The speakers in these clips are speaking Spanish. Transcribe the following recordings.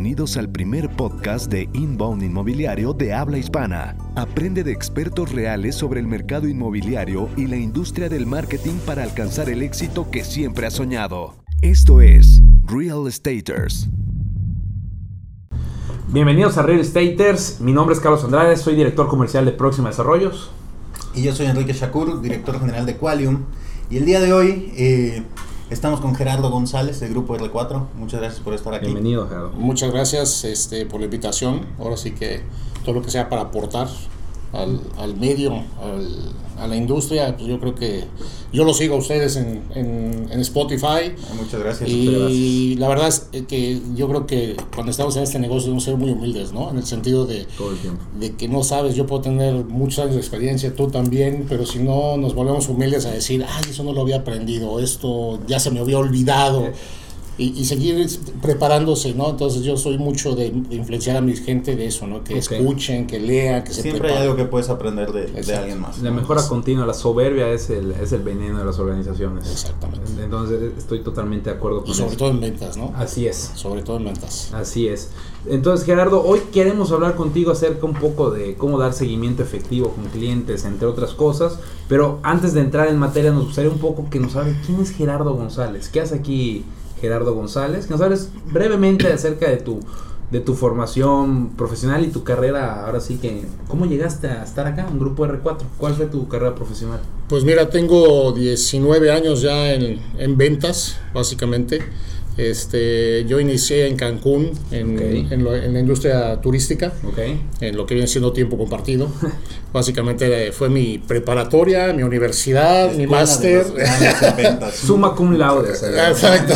Bienvenidos al primer podcast de Inbound Inmobiliario de habla hispana. Aprende de expertos reales sobre el mercado inmobiliario y la industria del marketing para alcanzar el éxito que siempre has soñado. Esto es Real Estaters. Bienvenidos a Real Estaters. Mi nombre es Carlos Andrade, soy director comercial de Próxima Desarrollos. Y yo soy Enrique Shakur, director general de Qualium. Y el día de hoy estamos con Gerardo González del Grupo R4. Muchas gracias por estar aquí. Bienvenido, Gerardo. Muchas gracias por la invitación. Ahora sí que todo lo que sea para aportar al medio, a la industria, pues yo creo que yo lo sigo a ustedes en Spotify. Muchas gracias. Y la verdad es que yo creo que cuando estamos en este negocio debemos ser muy humildes, ¿no? En el sentido de todo el tiempo, de que no sabes, yo puedo tener muchos años de experiencia, tú también, pero si no nos volvemos humildes a decir, eso no lo había aprendido, esto ya se me había olvidado. Y seguir preparándose, ¿no? Entonces yo soy mucho de influenciar a mi gente de eso, ¿no? Que escuchen, que lean, que se preparen. Siempre hay algo que puedes aprender de alguien más. La mejora continua, la soberbia es el veneno de las organizaciones. Exactamente. Entonces estoy totalmente de acuerdo con eso. Y sobre todo en ventas, ¿no? Así es. Sobre todo en ventas. Así es. Entonces, Gerardo, hoy queremos hablar contigo acerca un poco de cómo dar seguimiento efectivo con clientes, entre otras cosas. Pero antes de entrar en materia, nos gustaría un poco que nos hable quién es Gerardo González. ¿Qué hace aquí Gerardo González? Que nos hables brevemente acerca de tu formación profesional y tu carrera. Ahora sí que, ¿cómo llegaste a estar acá en Grupo R4? ¿Cuál fue tu carrera profesional? Pues mira, tengo 19 años ya en ventas, básicamente. Yo inicié en Cancún, en la industria turística, en lo que viene siendo tiempo compartido. Básicamente fue mi preparatoria, mi universidad, mi máster. Summa cum laude. Exacto.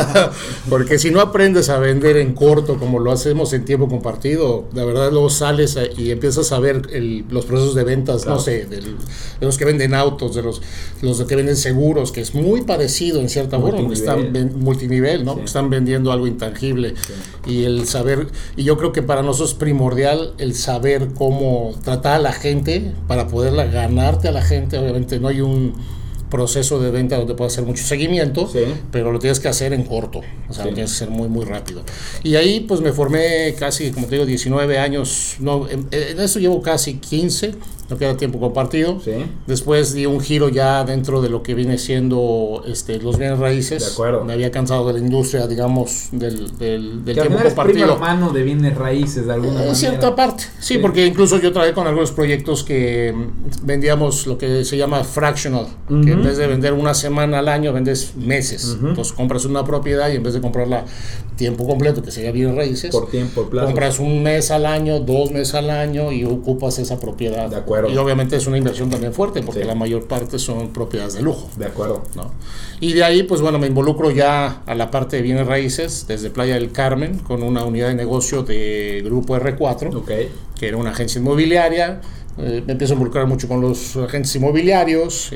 Porque si no aprendes a vender en corto como lo hacemos en tiempo compartido, la verdad luego sales y empiezas a ver los procesos de ventas, claro. No sé, de los que venden autos, de los que venden seguros, que es muy parecido en cierta forma, porque están multinivel, ¿no? Sí. Están vendiendo algo intangible. Sí. Y el saber, y yo creo que para nosotros es primordial el saber cómo tratar a la gente para poderla ganarte a la gente. Obviamente no hay un proceso de venta donde puedas hacer mucho seguimiento, sí, pero lo tienes que hacer en corto, o sea, sí, lo tienes que hacer muy muy rápido. Y ahí pues me formé casi, como te digo, 19 años, no, en eso llevo casi 15, lo que era tiempo compartido. Sí. Después di un giro ya dentro de lo que viene siendo los bienes raíces. De acuerdo. Me había cansado de la industria, digamos, del tiempo compartido. Primo hermano de bienes raíces de alguna manera. En cierta parte, sí, porque incluso yo trabajé con algunos proyectos que vendíamos lo que se llama fractional, que en vez de vender una semana al año, vendes meses. Entonces compras una propiedad y en vez de comprarla tiempo completo, que sería bienes raíces, por tiempo, plazo, compras un mes al año, 2 meses al año y ocupas esa propiedad. De acuerdo. Y obviamente es una inversión también fuerte, porque sí, la mayor parte son propiedades de lujo. De acuerdo. ¿No? Y de ahí, pues bueno, me involucro ya a la parte de bienes raíces, desde Playa del Carmen, con una unidad de negocio de Grupo R4, que era una agencia inmobiliaria. Me empiezo a involucrar mucho con los agentes inmobiliarios,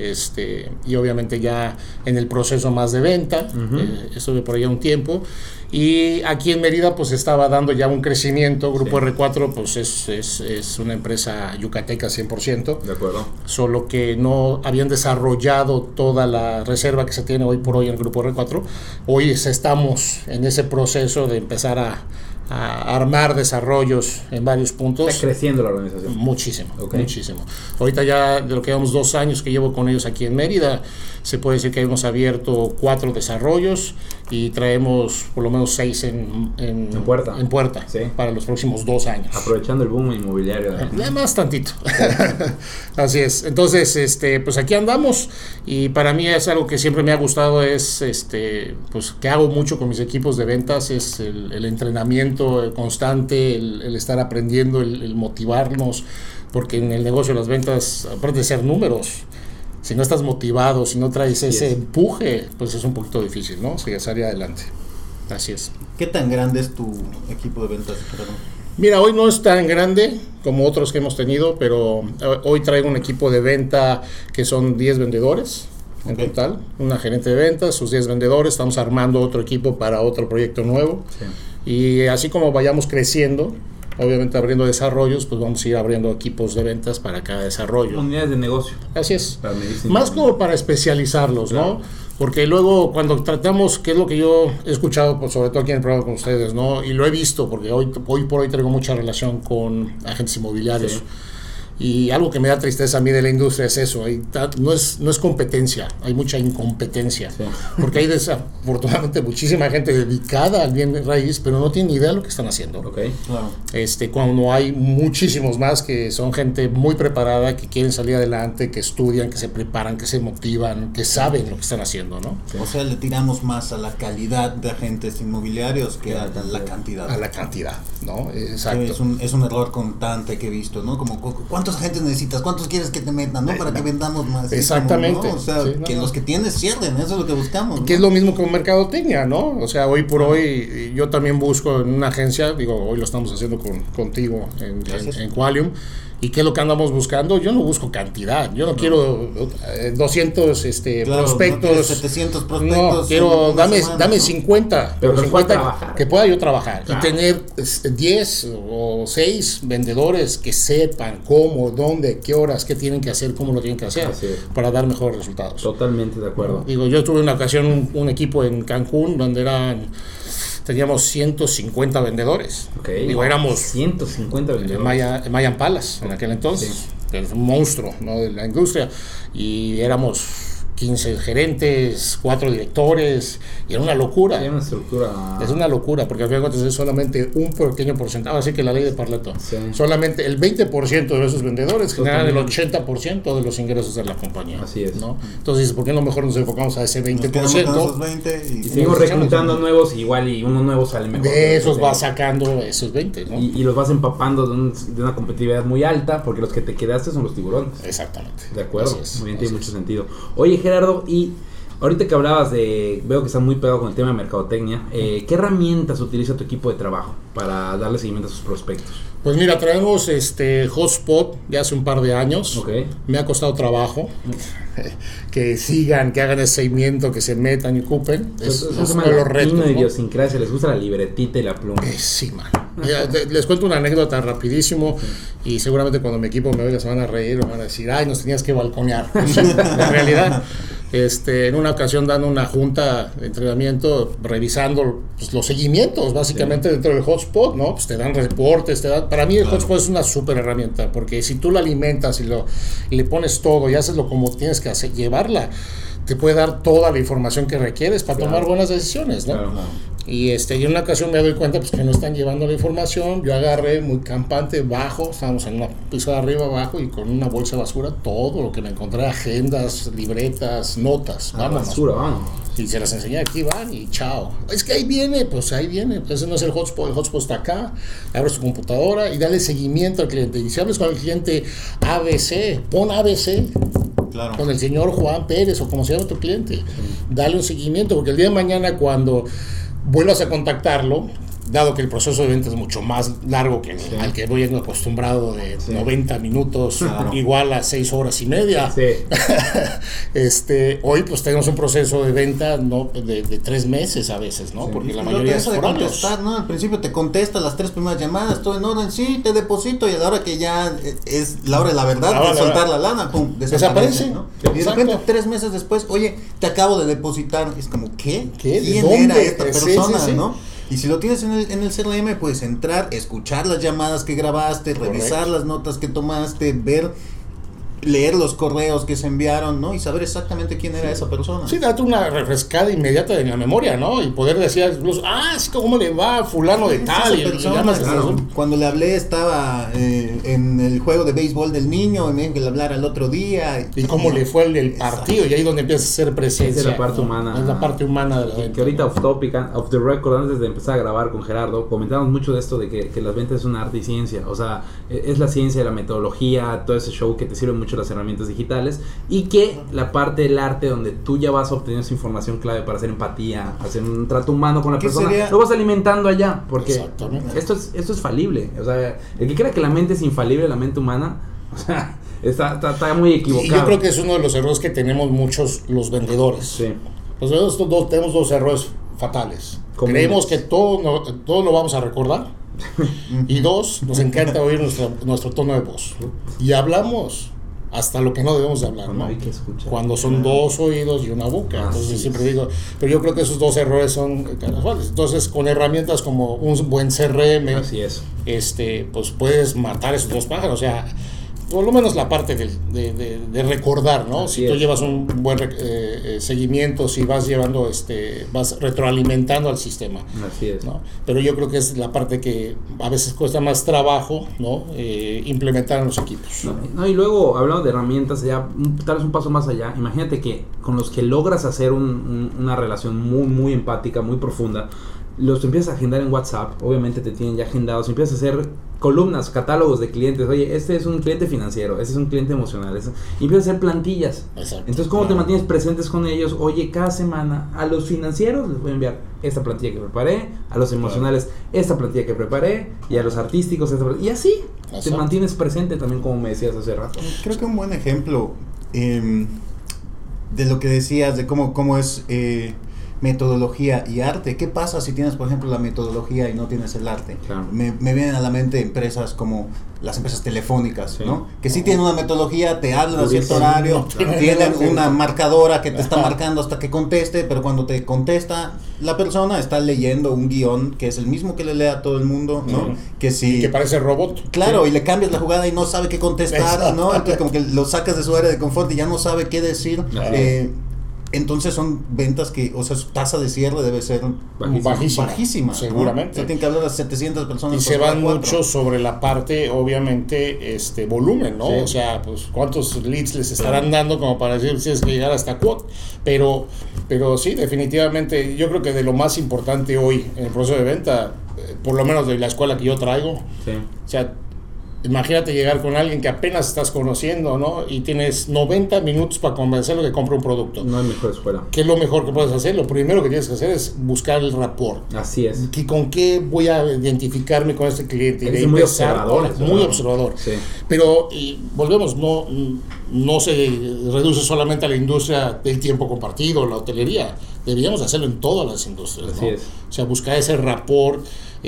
y obviamente ya en el proceso más de venta. Estuve por allá un tiempo. Y aquí en Mérida pues estaba dando ya un crecimiento. Grupo sí, R4 pues es una empresa yucateca 100%. De acuerdo. Solo que no habían desarrollado toda la reserva que se tiene hoy por hoy en el Grupo R4. Hoy estamos en ese proceso de empezar a armar desarrollos en varios puntos. Está creciendo la organización. Muchísimo, muchísimo. Ahorita ya de lo que llevamos 2 años que llevo con ellos aquí en Mérida, se puede decir que hemos abierto 4 desarrollos y traemos por lo menos 6 en puerta sí, para los próximos 2 años. Aprovechando el boom inmobiliario. Más tantito. Así es. Entonces, pues aquí andamos y para mí es algo que siempre me ha gustado, es pues que hago mucho con mis equipos de ventas, es el entrenamiento constante, el estar aprendiendo, el motivarnos, porque en el negocio de las ventas, aparte de ser números, si no estás motivado, si no traes ese empuje, pues es un poquito difícil, ¿no? Salir adelante. Así es. ¿Qué tan grande es tu equipo de ventas, Gerardo? Mira, hoy no es tan grande como otros que hemos tenido, pero hoy traigo un equipo de venta que son 10 vendedores. En total, una gerente de ventas, sus 10 vendedores, estamos armando otro equipo para otro proyecto nuevo. Sí. Y así como vayamos creciendo, obviamente abriendo desarrollos, pues vamos a ir abriendo equipos de ventas para cada desarrollo. Unidades de negocio. Así es. Más como para especializarlos, claro, ¿no? Porque luego cuando tratamos, que es lo que yo he escuchado, pues, sobre todo aquí en el programa con ustedes, ¿no? Y lo he visto, porque hoy por hoy tengo mucha relación con agentes inmobiliarios. Sí. Y algo que me da tristeza a mí de la industria es eso, no es competencia, hay mucha incompetencia, sí. Porque hay desafortunadamente muchísima gente dedicada al bien raíz, pero no tiene ni idea de lo que están haciendo. Okay. Claro. Cuando hay muchísimos más que son gente muy preparada, que quieren salir adelante, que estudian, que se preparan, que se motivan, que saben lo que están haciendo, ¿no? Sí. O sea, le tiramos más a la calidad de agentes inmobiliarios que a la cantidad. A la cantidad, ¿no? Exacto. Es un error constante que he visto, ¿no? Como ¿cuántos agentes necesitas? ¿Cuántos quieres que te metan? ¿No? Para que vendamos más. Exactamente. Como, ¿no? O sea, sí, que los que tienes cierren, eso es lo que buscamos. Que es lo mismo con mercadotecnia, ¿no? O sea, hoy por hoy yo también busco en una agencia, hoy lo estamos haciendo contigo en Qualium. ¿Y qué es lo que andamos buscando? Yo no busco cantidad, yo no quiero 200 prospectos. No 700 prospectos. No, quiero, dame 50, pero 50 que pueda yo trabajar. Claro. Y tener 10 o 6 vendedores que sepan cómo, dónde, qué horas, qué tienen que hacer, cómo lo tienen que hacer para dar mejores resultados. Totalmente de acuerdo. Yo tuve una ocasión un equipo en Cancún donde teníamos 150 vendedores. Okay. Éramos 150 vendedores. En Mayan Palace en aquel entonces. Sí. Que es un monstruo, ¿no? De la industria. Y éramos 15 gerentes, 4 directores, y era una locura. Sí, una estructura. Es una locura, porque al final de cuentas es solamente un pequeño porcentaje, así que la ley de Pareto. Sí. Solamente el 20% de esos vendedores generan el 80% de los ingresos de la compañía. Así es. ¿no? Entonces, ¿por qué no mejor nos enfocamos a ese 20%? Esos 20 y seguimos reclutando nuevos, igual y uno nuevo sale mejor. De esos vas sacando esos 20, ¿no? Y los vas empapando de una competitividad muy alta, porque los que te quedaste son los tiburones. Exactamente. De acuerdo, muy bien, tiene mucho sentido. Oye, Gerardo, y ahorita que hablabas veo que estás muy pegado con el tema de mercadotecnia, ¿qué herramientas utiliza tu equipo de trabajo para darle seguimiento a sus prospectos? Pues mira, traemos Hotspot de hace un par de años. Okay. Me ha costado trabajo que sigan, que hagan ese seguimiento, que se metan y ocupen. Es uno de los retos, ¿no? Idiosincrasia, les gusta la libretita y la pluma. Sí, man. Mira, les cuento una anécdota rapidísimo y seguramente cuando mi equipo me oiga se van a reír o van a decir, ay, nos tenías que balconear. En realidad, en una ocasión dando una junta de entrenamiento, revisando los seguimientos básicamente dentro del Hotspot, ¿no? Pues te dan reportes, para mí el Hotspot es una súper herramienta, porque si tú la alimentas y le pones todo y haces lo como tienes que hacer, llevarla, te puede dar toda la información que requieres para tomar buenas decisiones, ¿no? Claro. Y en una ocasión me doy cuenta pues que no están llevando la información. Yo agarré muy campante, bajo, estábamos en una piso de arriba abajo y con una bolsa de basura todo lo que me encontré, agendas, libretas, notas, vámonos. Basura, vamos. Y se las enseñé, aquí van y chao. Es que ahí viene, pues ese no es el Hotspot está acá. Abres tu computadora y dale seguimiento al cliente. Y si hablas con el cliente ABC, pon ABC. Claro. Con el señor Juan Pérez o como se llama tu cliente. Dale un seguimiento, porque el día de mañana cuando vuelvas a contactarlo, dado que el proceso de venta es mucho más largo que al que voy acostumbrado de 90 minutos, igual a 6 horas y media. Hoy pues tenemos un proceso de venta de 3 meses a veces, ¿no? Porque la mayoría es por años. ¿No? Al principio te contesta las 3 primeras llamadas, todo en orden, sí, te deposito, y a la hora que ya es la hora de la verdad, de soltar la lana, pum, desaparece, ¿no? Y de repente 3 meses después, oye, te acabo de depositar, es como, ¿qué? ¿Quién era esta persona, no? Y si lo tienes en el CRM, puedes entrar, escuchar las llamadas que grabaste, revisar las notas que tomaste, leer los correos que se enviaron, ¿no? Y saber exactamente quién era esa persona. Sí, date una refrescada inmediata de la memoria, ¿no? Y poder decir incluso, sí, ¿cómo le va fulano de tal? Y persona, cuando le hablé estaba en el juego de béisbol del niño, y me dijo que le hablara el otro día. Y cómo le fue el partido, y ahí donde empieza a ser presencia. Es la parte humana. Es la parte humana de la venta. Que ahorita off the record, antes de empezar a grabar con Gerardo, comentamos mucho de esto de que las ventas es un arte y ciencia. O sea, es la ciencia de la metodología, todo ese show que te sirve mucho las herramientas digitales, y que la parte del arte donde tú ya vas obteniendo esa información clave para hacer empatía, hacer un trato humano con la persona, lo vas alimentando allá, porque esto es falible. O sea, el que crea que la mente es infalible, la mente humana, o sea, está muy equivocado. Y yo creo que es uno de los errores que tenemos muchos los vendedores. Sí. Los vendedores tenemos 2 errores fatales. Creemos que todo lo vamos a recordar. Y 2, nos encanta oír nuestro tono de voz. Y hablamos hasta lo que no debemos de hablar, ¿no? Hay que escuchar. Cuando son dos oídos y una boca. Entonces siempre digo, pero yo creo que esos dos errores son casuales. Entonces, con herramientas como un buen CRM, así es. Pues puedes matar esos dos pájaros, o sea, por lo menos la parte de recordar, ¿no? Así si tú llevas un buen seguimiento, si vas llevando, vas retroalimentando al sistema. Así es. ¿no? Pero yo creo que es la parte que a veces cuesta más trabajo, ¿no? Implementar en los equipos. No, y luego, hablando de herramientas, ya tal vez un paso más allá, imagínate que con los que logras hacer una relación muy, muy empática, muy profunda, los empiezas a agendar en WhatsApp, obviamente te tienen ya agendados, empiezas a hacer columnas, catálogos de clientes, oye, este es un cliente financiero, este es un cliente emocional, y empiezas a hacer plantillas. Exacto. Entonces, ¿cómo te mantienes presentes con ellos? Oye, cada semana a los financieros les voy a enviar esta plantilla que preparé, a los emocionales esta plantilla que preparé, y a los artísticos y así. Exacto. Te mantienes presente también, como me decías hace rato. Creo que un buen ejemplo de lo que decías, de cómo es metodología y arte. ¿Qué pasa si tienes, por ejemplo, la metodología y no tienes el arte? Claro. Me vienen a la mente empresas como las empresas telefónicas, ¿no? Que sí tienen una metodología, te hablan a cierto horario, tienen una marcadora que te está marcando hasta que conteste, pero cuando te contesta la persona está leyendo un guión que es el mismo que le lee a todo el mundo, ¿no? Que si, y que parece robot. Claro, y le cambias la jugada y no sabe qué contestar, ¿no? Entonces como que lo sacas de su área de confort y ya no sabe qué decir. Entonces son ventas que, o sea, su tasa de cierre debe ser bajísima, seguramente. ¿no? O sea, tienen que hablar a 700 personas. Y se van mucho sobre la parte, obviamente, volumen, ¿no? Sí. O sea, pues cuántos leads les estarán dando como para decir si es que llegar hasta quote. Pero sí, definitivamente, yo creo que de lo más importante hoy en el proceso de venta, por lo menos de la escuela que yo traigo, o sea, imagínate llegar con alguien que apenas estás conociendo, ¿no? Y tienes 90 minutos para convencerlo de que compre un producto. No hay mejor escuela. ¿Qué es lo mejor que puedes hacer? Lo primero que tienes que hacer es buscar el rapport. Así es. ¿Con qué voy a identificarme con este cliente? Es muy observador. Muy observador. Sí. Pero, y volvemos, no se reduce solamente a la industria del tiempo compartido, la hotelería. Deberíamos hacerlo en todas las industrias, Así ¿no? es. O sea, buscar ese rapport,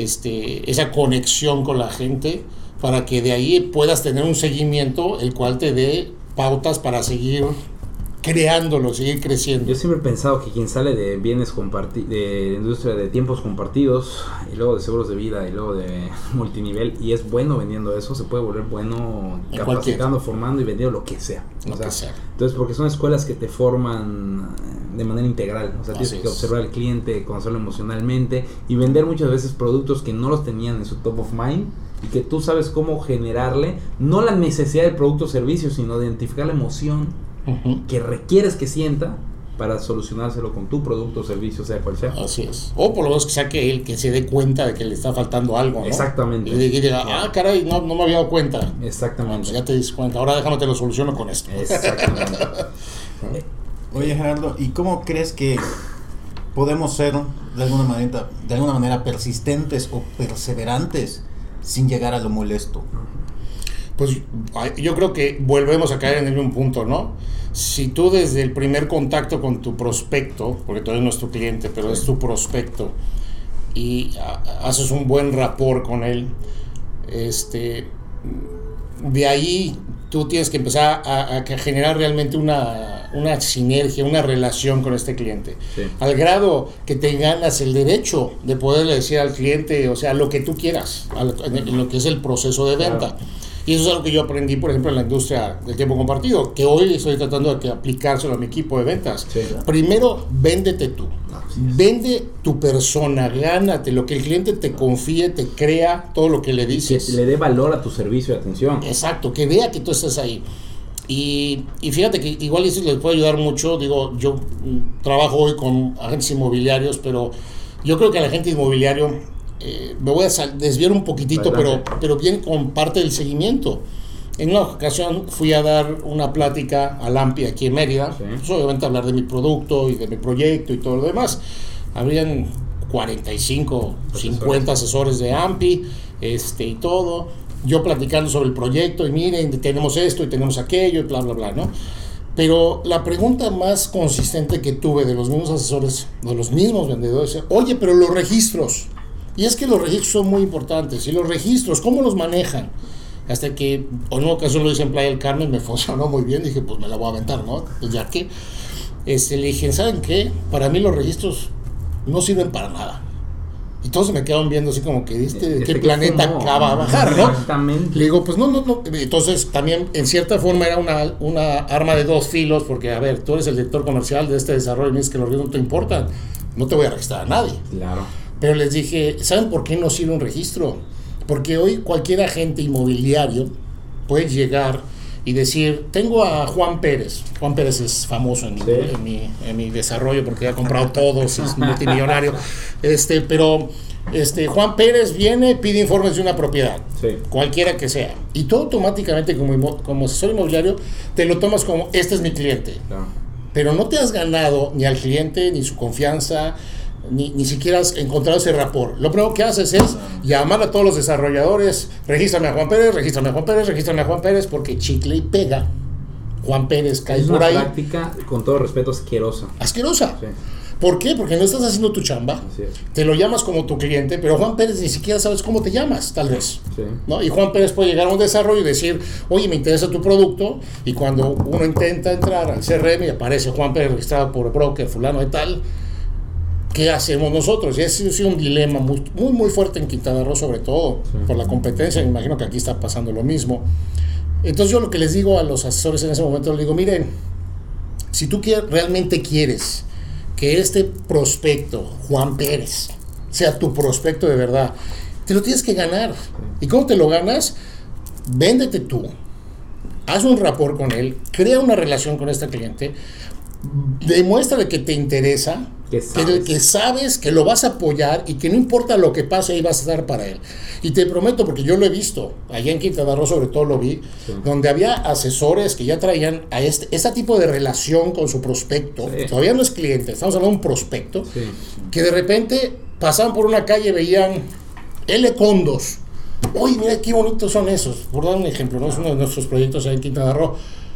esa conexión con la gente, para que de ahí puedas tener un seguimiento el cual te dé pautas para seguir creándolo, seguir creciendo. Yo siempre he pensado que quien sale de bienes de industria de tiempos compartidos y luego de seguros de vida y luego de multinivel y es bueno vendiendo eso, se puede volver bueno capacitando, formando y vendiendo lo que sea. Entonces, porque son escuelas que te forman de manera integral, o sea, tienes que observar al cliente, conocerlo emocionalmente y vender muchas veces productos que no los tenían en su top of mind y que tú sabes cómo generarle, no la necesidad del producto o servicio, sino de identificar la emoción que requieres que sienta para solucionárselo con tu producto o servicio, sea cual sea. Así es. O por lo menos que sea que él que se dé cuenta de que le está faltando algo, ¿no? Exactamente. Y diga, caray, no me había dado cuenta. Exactamente. Pues ya te diste cuenta, ahora déjame te lo soluciono con esto. Exactamente. Oye, Gerardo, ¿y cómo crees que podemos ser de alguna manera persistentes o perseverantes sin llegar a lo molesto? Pues yo creo que volvemos a caer en el mismo punto, ¿no? Si tú desde el primer contacto con tu prospecto, porque todavía no es tu cliente, pero es tu prospecto, y haces un buen rapport con él, de ahí tú tienes que empezar a generar realmente una sinergia, una relación con este cliente, al grado que te ganas el derecho de poderle decir al cliente, o sea, lo que tú quieras, en lo que es el proceso de venta. Claro. Y eso es algo que yo aprendí, por ejemplo, en la industria del tiempo compartido, que hoy estoy tratando de aplicárselo a mi equipo de ventas. Sí, claro. Primero, véndete tú. Vende tu persona, gánate lo que el cliente te confíe, te crea todo lo que le dices. Que le dé valor a tu servicio de atención. Exacto, que vea que tú estás ahí. Y fíjate que igual eso les puede ayudar mucho. Digo, yo trabajo hoy con agentes inmobiliarios, pero yo creo que al agente inmobiliario... me voy a desviar un poquitito, pero bien con parte del seguimiento. En una ocasión fui a dar una plática al AMPI aquí en Mérida, pues obviamente hablar de mi producto y de mi proyecto y todo lo demás. Habrían 45, 50 asesores de AMPI y todo. Yo platicando sobre el proyecto y miren, tenemos esto y tenemos aquello y bla, bla, bla, ¿no? Pero la pregunta más consistente que tuve de los mismos asesores, de los mismos vendedores, oye, pero los registros. Y es que los registros son muy importantes. Y los registros, ¿cómo los manejan? Hasta que en una ocasión lo hice en Playa del Carmen, me funcionó muy bien, dije, pues me la voy a aventar, ¿no? Pues ya que, le dije, ¿saben qué? Para mí los registros no sirven para nada. Y todos se me quedaban viendo así como que, ¿qué planeta acaba de bajar, no? Exactamente. Le digo, pues no. Entonces, también, en cierta forma, era una arma de dos filos, porque, a ver, tú eres el director comercial de este desarrollo y me dices que los registros no te importan, no te voy a registrar a nadie. Claro. Pero les dije, ¿saben por qué no sirve un registro? Porque hoy cualquier agente inmobiliario puede llegar y decir, tengo a Juan Pérez. Juan Pérez es famoso en mi desarrollo porque ha comprado todos, es multimillonario. Pero Juan Pérez viene, pide informes de una propiedad, cualquiera que sea. Y tú automáticamente como asesor inmobiliario te lo tomas como, este es mi cliente. Claro. Pero no te has ganado ni al cliente, ni su confianza, ni siquiera has encontrado ese rapport. Lo primero que haces es llamar a todos los desarrolladores, regístrame a Juan Pérez, regístrame a Juan Pérez, regístrame a Juan Pérez, porque chicle y pega. Juan Pérez cae por ahí. Es una práctica, con todo respeto, asquerosa. Asquerosa. Sí. ¿Por qué? Porque no estás haciendo tu chamba, te lo llamas como tu cliente, pero Juan Pérez ni siquiera sabes cómo te llamas, tal vez. Sí. ¿No? Y Juan Pérez puede llegar a un desarrollo y decir, oye, me interesa tu producto, y cuando uno intenta entrar al CRM y aparece Juan Pérez registrado por broker, fulano y tal, ¿qué hacemos nosotros? Y ese es un dilema muy fuerte en Quintana Roo, sobre todo por la competencia. Me imagino que aquí está pasando lo mismo. Entonces yo lo que les digo a los asesores en ese momento, les digo, miren, si tú realmente quieres que este prospecto, Juan Pérez, sea tu prospecto de verdad, te lo tienes que ganar. ¿Y cómo te lo ganas? Véndete tú, haz un rapport con él, crea una relación con este cliente, demuéstrale que te interesa, que sabes que lo vas a apoyar y que no importa lo que pase, ahí vas a estar para él. Y te prometo, porque yo lo he visto, allá en Quintana Roo sobre todo lo vi, donde había asesores que ya traían a este tipo de relación con su prospecto, todavía no es cliente, estamos hablando de un prospecto, que de repente pasaban por una calle y veían L-Condos. Uy, mira qué bonitos son esos, por dar un ejemplo, ¿no? Es uno de nuestros proyectos allá en Quintana Roo.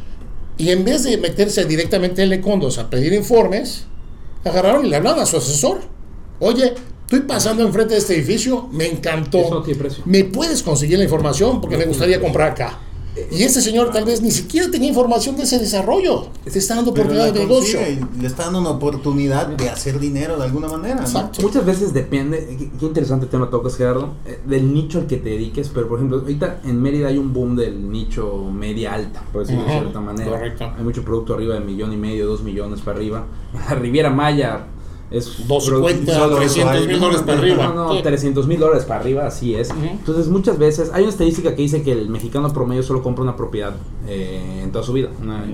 Y en vez de meterse directamente en L-Condos a pedir informes, agarraron y le hablaron a su asesor. Oye, estoy pasando enfrente de este edificio, me encantó. Eso no tiene precio. ¿Me puedes conseguir la información? Porque me gustaría comprar acá. Y este señor tal vez ni siquiera tenía información de ese desarrollo. Te está dando oportunidad de negocio. Le está dando una oportunidad de hacer dinero de alguna manera. Exacto. Muchas veces depende, qué interesante tema tocas, Gerardo, del nicho al que te dediques. Pero por ejemplo, ahorita en Mérida hay un boom del nicho media alta, por decirlo de cierta manera. Correcto. Hay mucho producto arriba de 1,5 millones, 2 millones para arriba. La Riviera Maya es 250, 300 mil dólares para arriba. No, 300 mil dólares para arriba, así es. Entonces muchas veces hay una estadística que dice que el mexicano promedio solo compra una propiedad en toda su vida,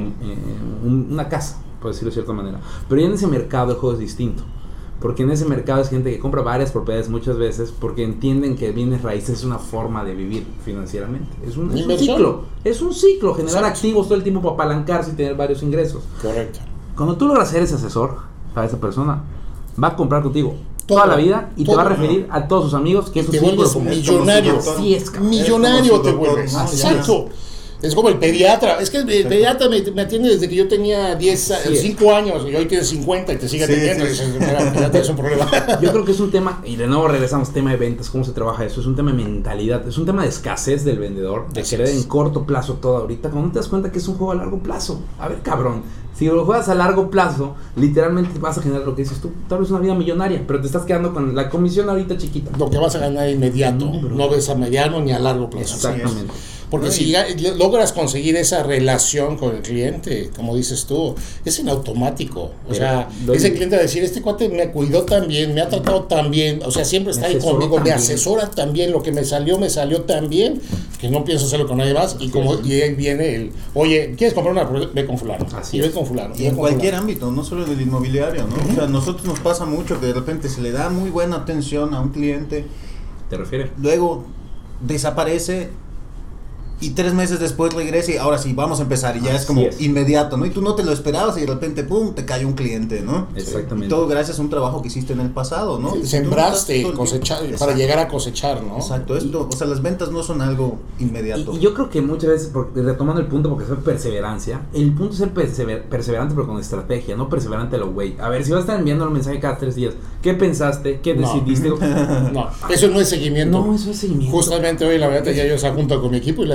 una casa, por decirlo de cierta manera. Pero ya en ese mercado el juego es distinto, porque en ese mercado es gente que compra varias propiedades muchas veces porque entienden que bienes raíces es una forma de vivir financieramente. Es un ciclo, generar activos todo el tiempo para apalancarse y tener varios ingresos. Correcto. Cuando tú logras ser ese asesor para esa persona, va a comprar contigo toda la vida y te va a referir a todos sus amigos que es un círculo como millonario. Millonario te vuelves. Exacto. Es como el pediatra. Es que el pediatra me atiende desde que yo tenía 5 años y hoy tienes 50 y te sigue atendiendo. Y dices, mira, es un problema. Yo creo que es un tema, y de nuevo regresamos, tema de ventas, cómo se trabaja eso. Es un tema de mentalidad, es un tema de escasez del vendedor, de querer en corto plazo todo ahorita, cuando no te das cuenta que es un juego a largo plazo. A ver, cabrón, si lo juegas a largo plazo, literalmente vas a generar lo que dices tú, tal vez una vida millonaria, pero te estás quedando con la comisión ahorita chiquita. Lo que vas a ganar inmediato, no ves a mediano ni a largo plazo. Exactamente. Porque si logras conseguir esa relación con el cliente, como dices tú, es en automático. O sea, ese cliente va a decir, este cuate me cuidó tan bien, me ha tratado tan bien, o sea, siempre está ahí conmigo, me asesora tan bien, lo que me salió tan bien, que no pienso hacerlo con nadie más. Y ahí viene el, oye, ¿quieres comprar una? Ve con fulano. Así ve con fulano. Y en cualquier ámbito, no solo en el inmobiliario, ¿no? O sea, a nosotros nos pasa mucho que de repente se le da muy buena atención a un cliente. ¿Te refieres? Luego desaparece. Y 3 meses después regresa y ahora sí, vamos a empezar. Y ya es como inmediato, ¿no? Y tú no te lo esperabas y de repente, ¡pum!, te cae un cliente, ¿no? Exactamente. Y todo gracias a un trabajo que hiciste en el pasado, ¿no? Sembraste, cosechar, para llegar a cosechar, ¿no? Exacto. Esto, o sea, las ventas no son algo inmediato. Y yo creo que muchas veces, retomando el punto, porque es perseverancia, el punto es ser perseverante pero con estrategia, no perseverante a lo güey. A ver, si vas a estar enviando el mensaje cada 3 días, ¿qué pensaste? ¿Qué decidiste? No, eso no es seguimiento. No, eso es seguimiento. Justamente hoy la verdad ya yo se junto con mi equipo y le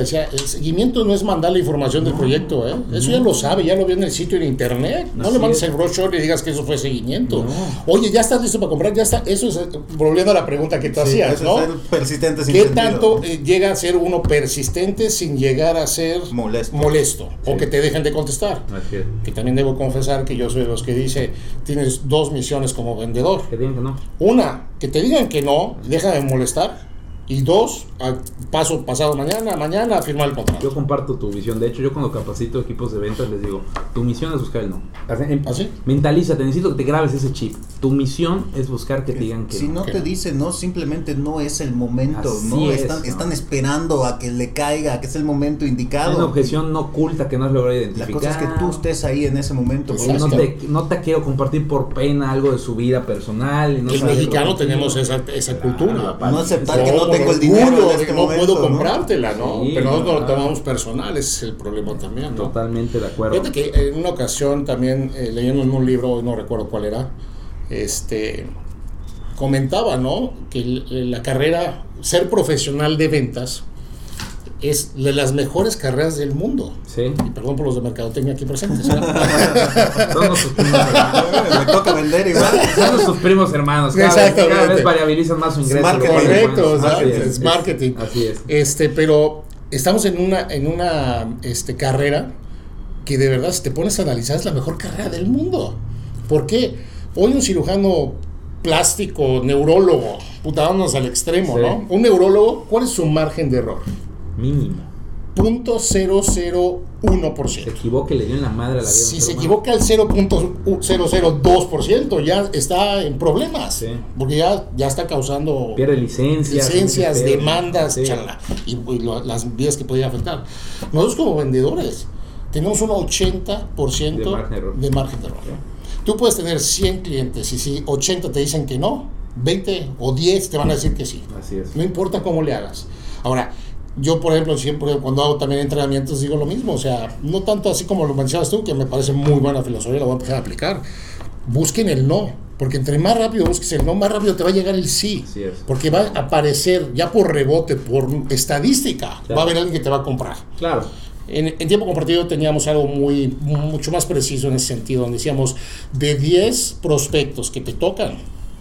decía, el seguimiento no es mandar la información del proyecto, eso ya lo sabe, ya lo vio en el sitio en internet. No le mandes el brochure y digas que eso fue seguimiento. Oye, ya estás listo para comprar, ya está. Eso es, volviendo a la pregunta que tú hacías, ¿no? Ser persistente sin ¿Qué sentido? tanto llega a ser uno persistente sin llegar a ser molesto o que te dejen de contestar? Que también debo confesar que yo soy de los que dice, tienes dos misiones como vendedor. Que digan que no. Una, que te digan que no, deja de molestar. Y dos, pasado mañana a firmar el contrato. Yo comparto tu visión. De hecho, yo cuando capacito equipos de ventas les digo, tu misión es buscar el no. ¿Así? Mentalízate, necesito que te grabes ese chip. Tu misión es buscar que te digan que si no te dicen no, simplemente no es el momento. Están esperando a que le caiga, que es el momento indicado. Es una objeción no oculta que no has logrado identificar. La cosa es que tú estés ahí en ese momento. No te quiero compartir por pena algo de su vida personal. Y no el mexicano tenemos esa cultura. No aceptar que no tengo el dinero en este no momento, puedo comprártela, ¿no? Sí, pero nosotros lo tomamos personal, ese es el problema también, ¿no? Totalmente de acuerdo. Fíjate que en una ocasión también leyendo en un libro, no recuerdo cuál era, comentaba, ¿no? Que la carrera, ser profesional de ventas es de las mejores carreras del mundo. Sí. Y perdón por los de mercadotecnia aquí presentes. Son nuestros primos hermanos. Me toca vender igual. Son nuestros primos hermanos. Cada vez variabilizan más su ingreso. Correcto, es marketing. Así es. Pero estamos en una carrera que de verdad, si te pones a analizar, es la mejor carrera del mundo. ¿Por qué? Hoy un cirujano plástico, neurólogo, vámonos al extremo, sí. ¿no? Un neurólogo, ¿cuál es su margen de error? Mínimo. 0.001%. Se equivoque, le dio en la madre a la vida. Si se equivoca el 0.002%, ya está en problemas. Sí. Porque ya está causando. Pierde licencias, demandas, sí. y las vidas que podría afectar. Nosotros, como vendedores, tenemos un 80% de margen de error. Sí. Tú puedes tener 100 clientes y si 80 te dicen que no, 20 o 10 te van a decir que sí. Así es. No importa cómo le hagas. Ahora, yo, por ejemplo, siempre cuando hago también entrenamientos digo lo mismo, o sea, no tanto así como lo mencionas tú, que me parece muy buena filosofía, la voy a empezar a aplicar. Busquen el no, porque entre más rápido busques el no, más rápido te va a llegar el sí. Así es. Porque va a aparecer ya por rebote, por estadística, claro. Va a haber alguien que te va a comprar. Claro. En tiempo compartido teníamos algo mucho más preciso en ese sentido, donde decíamos, de 10 prospectos que te tocan,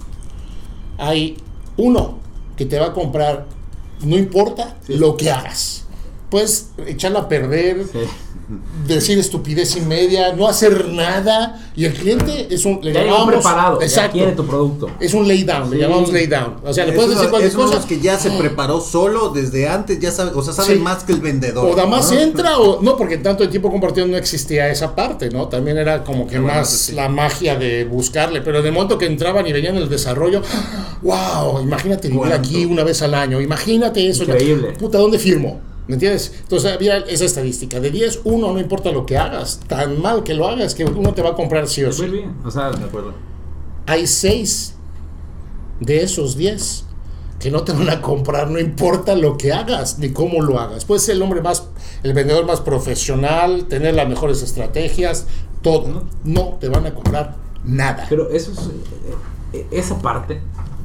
hay uno que te va a comprar, no importa lo que hagas. Puedes echarla a perder, decir estupidez y media, no hacer nada, y el cliente es le llamamos preparado, exacto, ya quiere tu producto. Es un lay down, le llamamos lay down. O sea, le puedes decir cualquier cosa. Que ya se preparó solo desde antes, ya sabe, o sea, sabe más que el vendedor. O nada más entra, o no, porque tanto el tiempo compartido no existía esa parte, ¿no? También era como que más la magia de buscarle, pero de momento que entraban y veían el desarrollo, wow, imagínate vivir aquí una vez al año, imagínate eso. Increíble. Puta, ¿dónde firmo? ¿Me entiendes? Entonces había esa estadística. De 10, uno, no importa lo que hagas, tan mal que lo hagas, que uno te va a comprar sí o sí. Muy bien, o sea, de acuerdo. Hay 6 de esos 10 que no te van a comprar, no importa lo que hagas, ni cómo lo hagas. Puedes ser el vendedor más profesional, tener las mejores estrategias, todo. No te van a comprar nada. Pero eso es, esa parte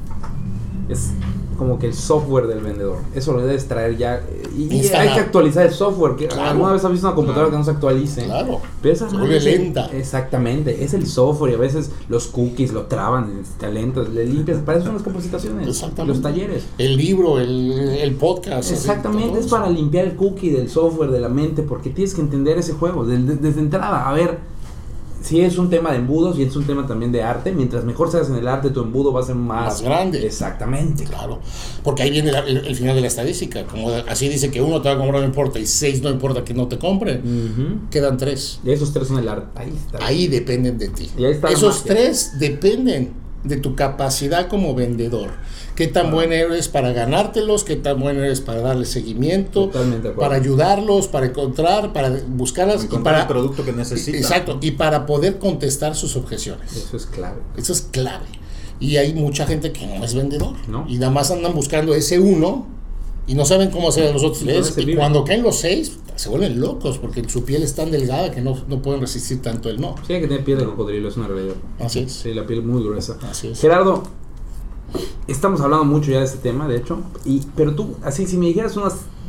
es como que el software del vendedor. Eso lo debes traer ya. Y hay que actualizar el software. ¿Alguna vez has visto una computadora que no se actualice? Claro. Pero esa se vuelve lenta. Exactamente. Es el software y a veces los cookies lo traban, talentos, le limpias. Para eso son las capacitaciones. Exactamente. Los talleres. El libro, el podcast. Exactamente. Es para limpiar el cookie del software, de la mente, porque tienes que entender ese juego. Desde entrada, a ver. Si es un tema de embudos y es un tema también de arte, mientras mejor seas en el arte, tu embudo va a ser más grande. Exactamente. Claro, porque ahí viene el final de la estadística. Como así dice que uno te va a comprar, no importa, y 6 no importa que no te compren, quedan 3. Y esos 3 son el arte. Ahí está. Ahí dependen de ti. Y ahí está esos 3 dependen de tu capacidad como vendedor. Qué tan bueno eres para ganártelos, qué tan bueno eres para darle seguimiento, para ayudarlos, para encontrar, para buscarlas y para el producto que necesitan. Exacto, y para poder contestar sus objeciones. Eso es clave. Eso es clave. Y hay mucha gente que no es vendedor, ¿no? Y nada más andan buscando ese uno y no saben cómo hacer a los otros 3. Y cuando caen los 6, se vuelven locos porque su piel es tan delgada que no pueden resistir tanto el no. Sí, hay que tener piel de cocodrilo, es una realidad. Así es. Sí, la piel muy gruesa. Así es. Gerardo, estamos hablando mucho ya de este tema, de hecho, pero tú, así, si me dijeras unas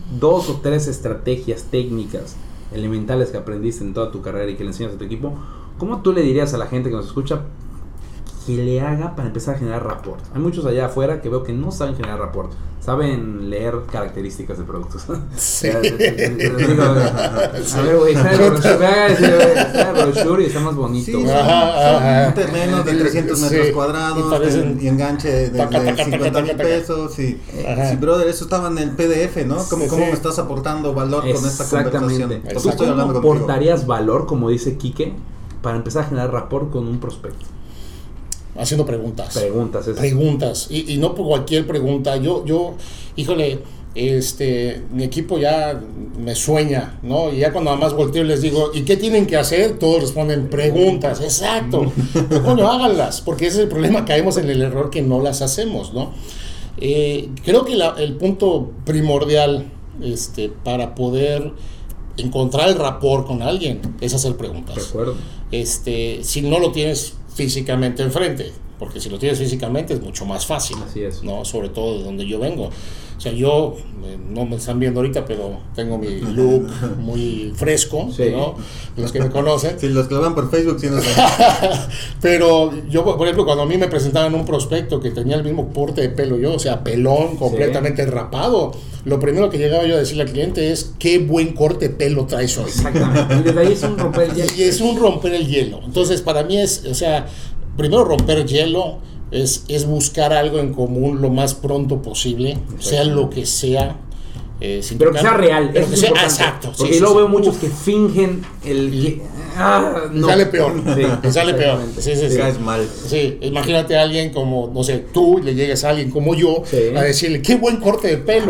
2 o 3 estrategias técnicas elementales que aprendiste en toda tu carrera y que le enseñas a tu equipo, ¿cómo tú le dirías a la gente que nos escucha que le haga para empezar a generar rapport? Hay muchos allá afuera que veo que no saben generar rapport, saben leer características de productos. Sí. A ver, güey, está el brochure y está más bonito. Sí, un terreno de 300 metros cuadrados y enganche de 50,000 pesos. Sí, brother, eso estaba en el PDF, ¿no? ¿Cómo me estás aportando valor con esta conversación? ¿Cómo aportarías valor, como dice Quique, para empezar a generar rapport con un prospecto? Haciendo preguntas. Preguntas. Y no por cualquier pregunta. Yo, híjole, mi equipo ya me sueña, ¿no? Y ya cuando además volteo y les digo, ¿y qué tienen que hacer? Todos responden preguntas. Exacto. Pero coño, háganlas, porque ese es el problema. Caemos en el error que no las hacemos, ¿no? Creo que el punto primordial para poder encontrar el rapport con alguien es hacer preguntas. De acuerdo. Si no lo tienes físicamente enfrente, porque si lo tienes físicamente es mucho más fácil. Así es. ¿No? Sobre todo de donde yo vengo. O sea, yo, no me están viendo ahorita, pero tengo mi look muy fresco, sí, ¿no? Los que me conocen. Sí, los que lo van por Facebook, sí, no sé. Pero yo, por ejemplo, cuando a mí me presentaban un prospecto que tenía el mismo porte de pelo yo, o sea, pelón, completamente rapado, lo primero que llegaba yo a decirle al cliente es, qué buen corte de pelo traes hoy. Exactamente. Y desde ahí es un romper el hielo. Y es un romper el hielo. Entonces, para mí es, o sea, primero romper hielo, es buscar algo en común lo más pronto posible, sea lo que sea. Pero que sea real. Pero que sea, exacto. Porque luego veo muchos que fingen no. Sale peor. Sí, sale peor. Sí. Caes mal. Sí, imagínate a alguien como, no sé, tú le llegues a alguien como yo a decirle, qué buen corte de pelo.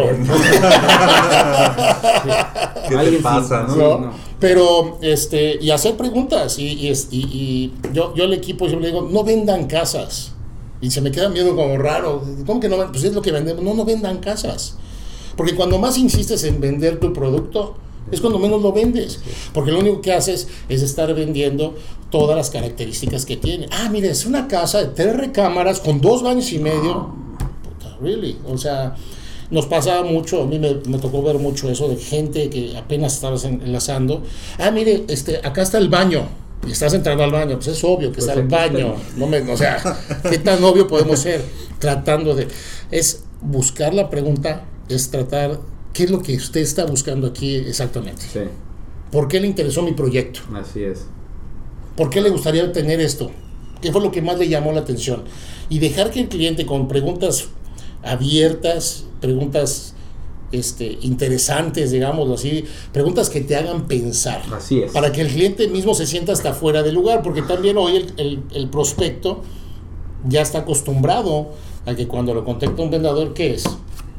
¿Qué te pasa? ¿No? Pero, y hacer preguntas. Y yo al equipo siempre le digo, no vendan casas. Y se me quedan viendo como raro. ¿Cómo que no? Pues es lo que vendemos. No vendan casas. Porque cuando más insistes en vender tu producto, es cuando menos lo vendes. Porque lo único que haces es estar vendiendo todas las características que tiene. Mire, es una casa de 3 recámaras con 2 baños y medio. Puta, really. O sea, nos pasaba mucho, a mí me tocó ver mucho eso de gente que apenas estabas enlazando. Mire, acá está el baño. Y estás entrando al baño, pues es obvio que está el baño. O sea, ¿qué tan obvio podemos ser? Es buscar la pregunta, es tratar, ¿qué es lo que usted está buscando aquí exactamente? Sí. ¿Por qué le interesó mi proyecto? Así es. ¿Por qué le gustaría tener esto? ¿Qué fue lo que más le llamó la atención? Y dejar que el cliente con preguntas abiertas, preguntas interesantes, digámoslo así, preguntas que te hagan pensar. Así es. Para que el cliente mismo se sienta hasta fuera del lugar, porque también hoy el prospecto ya está acostumbrado a que cuando lo contacta un vendedor, ¿qué es?